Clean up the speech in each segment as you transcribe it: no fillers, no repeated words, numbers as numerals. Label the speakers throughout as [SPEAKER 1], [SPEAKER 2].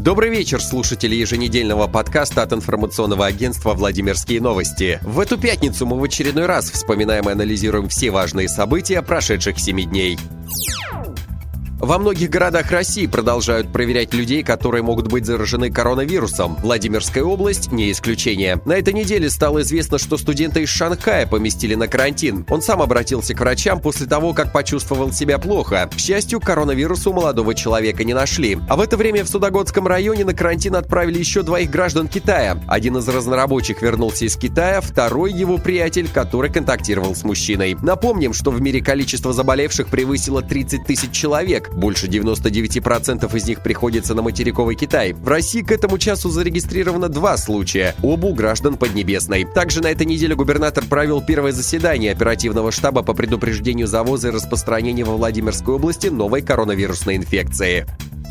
[SPEAKER 1] Добрый вечер, слушатели еженедельного подкаста от информационного агентства «Владимирские новости». В эту пятницу мы в очередной раз вспоминаем и анализируем все важные события прошедших 7 дней. Во многих городах России продолжают проверять людей, которые могут быть заражены коронавирусом. Владимирская область не исключение. На этой неделе стало известно, что студента из Шанхая поместили на карантин. Он сам обратился к врачам после того, как почувствовал себя плохо. К счастью, коронавирусу у молодого человека не нашли. А в это время в Судогодском районе на карантин отправили еще 2 граждан Китая. Один из разнорабочих вернулся из Китая, второй его приятель, который контактировал с мужчиной. Напомним, что в мире количество заболевших превысило 30 тысяч человек. Больше 99% из них приходится на материковый Китай. В России к этому часу зарегистрировано 2 случая, оба у граждан Поднебесной. Также на этой неделе губернатор провел первое заседание оперативного штаба по предупреждению завоза и распространения во Владимирской области новой коронавирусной инфекции.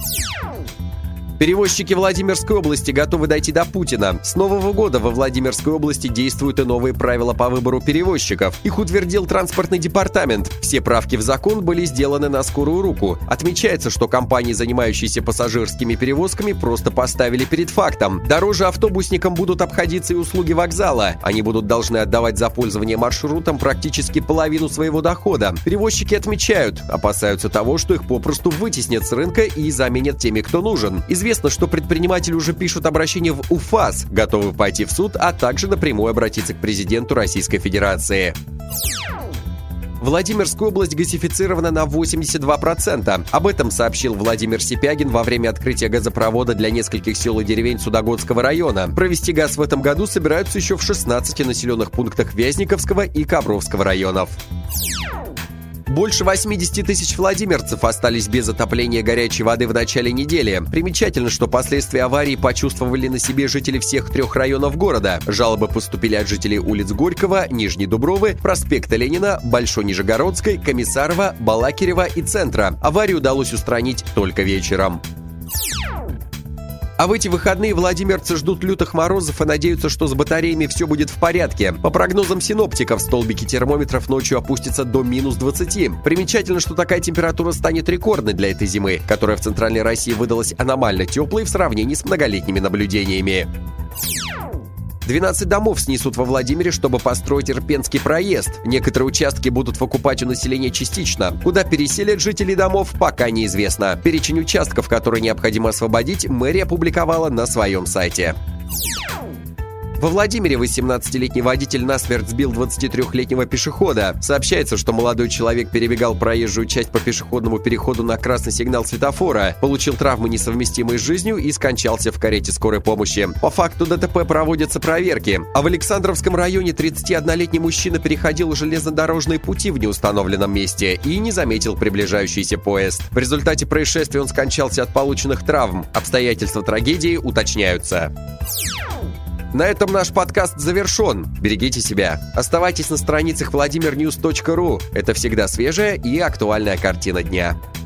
[SPEAKER 1] Перевозчики Владимирской области готовы дойти до Путина. С Нового года во Владимирской области действуют и новые правила по выбору перевозчиков. Их утвердил транспортный департамент. Все правки в закон были сделаны на скорую руку. Отмечается, что компании, занимающиеся пассажирскими перевозками, просто поставили перед фактом. Дороже автобусникам будут обходиться и услуги вокзала. Они будут должны отдавать за пользование маршрутом практически половину своего дохода. Перевозчики отмечают, опасаются того, что их попросту вытеснят с рынка и заменят теми, кто нужен. Известно, что предприниматели уже пишут обращение в УФАС, готовы пойти в суд, а также напрямую обратиться к президенту Российской Федерации. Владимирская область газифицирована на 82%. Об этом сообщил Владимир Сипягин во время открытия газопровода для нескольких сел и деревень Судогодского района. Провести газ в этом году собираются еще в 16 населенных пунктах Вязниковского и Ковровского районов. Больше 80 тысяч владимирцев остались без отопления горячей воды в начале недели. Примечательно, что последствия аварии почувствовали на себе жители всех 3 районов города. Жалобы поступили от жителей улиц Горького, Нижней Дубровы, проспекта Ленина, Большой Нижегородской, Комиссарова, Балакирева и Центра. Аварию удалось устранить только вечером. А в эти выходные владимирцы ждут лютых морозов и надеются, что с батареями все будет в порядке. По прогнозам синоптиков, столбики термометров ночью опустятся до минус 20. Примечательно, что такая температура станет рекордной для этой зимы, которая в Центральной России выдалась аномально теплой в сравнении с многолетними наблюдениями. 12 домов снесут во Владимире, чтобы построить Ирпенский проезд. Некоторые участки будут выкупать у населения частично. Куда переселят жителей домов, пока неизвестно. Перечень участков, которые необходимо освободить, мэрия опубликовала на своем сайте. Во Владимире 18-летний водитель насмерть сбил 23-летнего пешехода. Сообщается, что молодой человек перебегал проезжую часть по пешеходному переходу на красный сигнал светофора, получил травмы, несовместимые с жизнью, и скончался в карете скорой помощи. По факту ДТП проводятся проверки. А в Александровском районе 31-летний мужчина переходил железнодорожные пути в неустановленном месте и не заметил приближающийся поезд. В результате происшествия он скончался от полученных травм. Обстоятельства трагедии уточняются. На этом наш подкаст завершен. Берегите себя. Оставайтесь на страницах vladimirnews.ru. Это всегда свежая и актуальная картина дня.